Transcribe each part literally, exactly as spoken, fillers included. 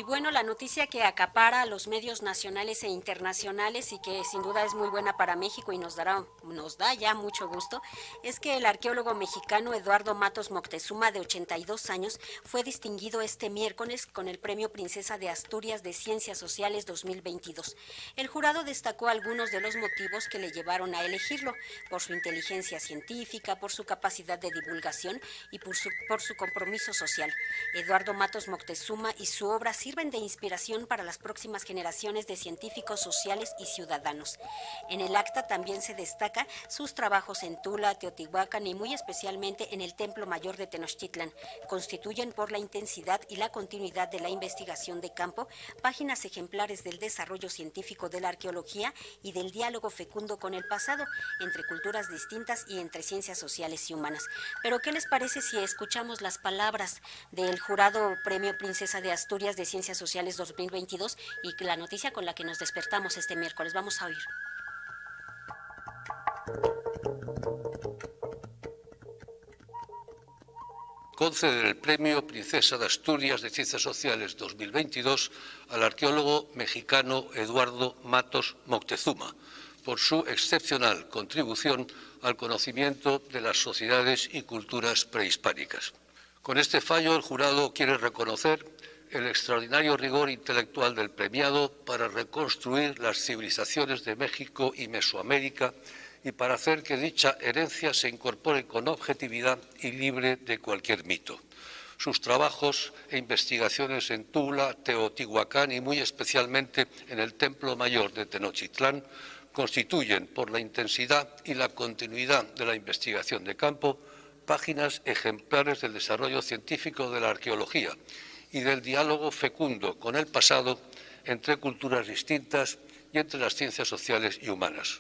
Y bueno, la noticia que acapara a los medios nacionales e internacionales y que sin duda es muy buena para México y nos dará, nos da ya mucho gusto, es que el arqueólogo mexicano Eduardo Matos Moctezuma, de ochenta y dos años, fue distinguido este miércoles con el Premio Princesa de Asturias de Ciencias Sociales dos mil veintidós. El jurado destacó algunos de los motivos que le llevaron a elegirlo, por su inteligencia científica, por su capacidad de divulgación y por su, por su compromiso social. Eduardo Matos Moctezuma y su obra sirven de inspiración para las próximas generaciones de científicos sociales y ciudadanos. En el acta también se destaca sus trabajos en Tula, Teotihuacán y muy especialmente en el Templo Mayor de Tenochtitlan. Constituyen por la intensidad y la continuidad de la investigación de campo páginas ejemplares del desarrollo científico de la arqueología y del diálogo fecundo con el pasado, entre culturas distintas y entre ciencias sociales y humanas. Pero ¿qué les parece si escuchamos las palabras del jurado Premio Princesa de Asturias de Ciencias Sociales dos mil veintidós y la noticia con la que nos despertamos este miércoles? Vamos a oír. Conceder el Premio Princesa de Asturias de Ciencias Sociales dos mil veintidós al arqueólogo mexicano Eduardo Matos Moctezuma por su excepcional contribución al conocimiento de las sociedades y culturas prehispánicas. Con este fallo, el jurado quiere reconocer el extraordinario rigor intelectual del premiado para reconstruir las civilizaciones de México y Mesoamérica y para hacer que dicha herencia se incorpore con objetividad y libre de cualquier mito. Sus trabajos e investigaciones en Tula, Teotihuacán y muy especialmente en el Templo Mayor de Tenochtitlán constituyen, por la intensidad y la continuidad de la investigación de campo, páginas ejemplares del desarrollo científico de la arqueología y del diálogo fecundo con el pasado entre culturas distintas y entre las ciencias sociales y humanas.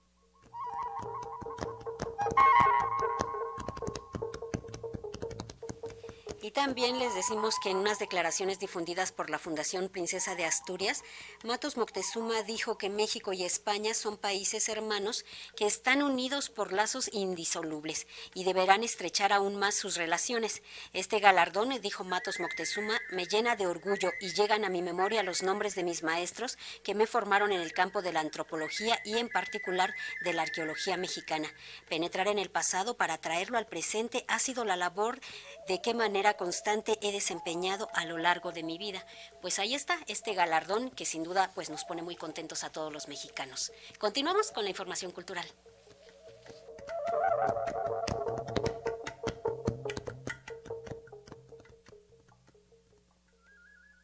Y también les decimos que en unas declaraciones difundidas por la Fundación Princesa de Asturias, Matos Moctezuma dijo que México y España son países hermanos que están unidos por lazos indisolubles y deberán estrechar aún más sus relaciones. Este galardón, dijo Matos Moctezuma, me llena de orgullo y llegan a mi memoria los nombres de mis maestros que me formaron en el campo de la antropología y en particular de la arqueología mexicana. Penetrar en el pasado para traerlo al presente ha sido la labor de qué manera constante he desempeñado a lo largo de mi vida. Pues ahí está este galardón que sin duda pues nos pone muy contentos a todos los mexicanos. Continuamos con la información cultural.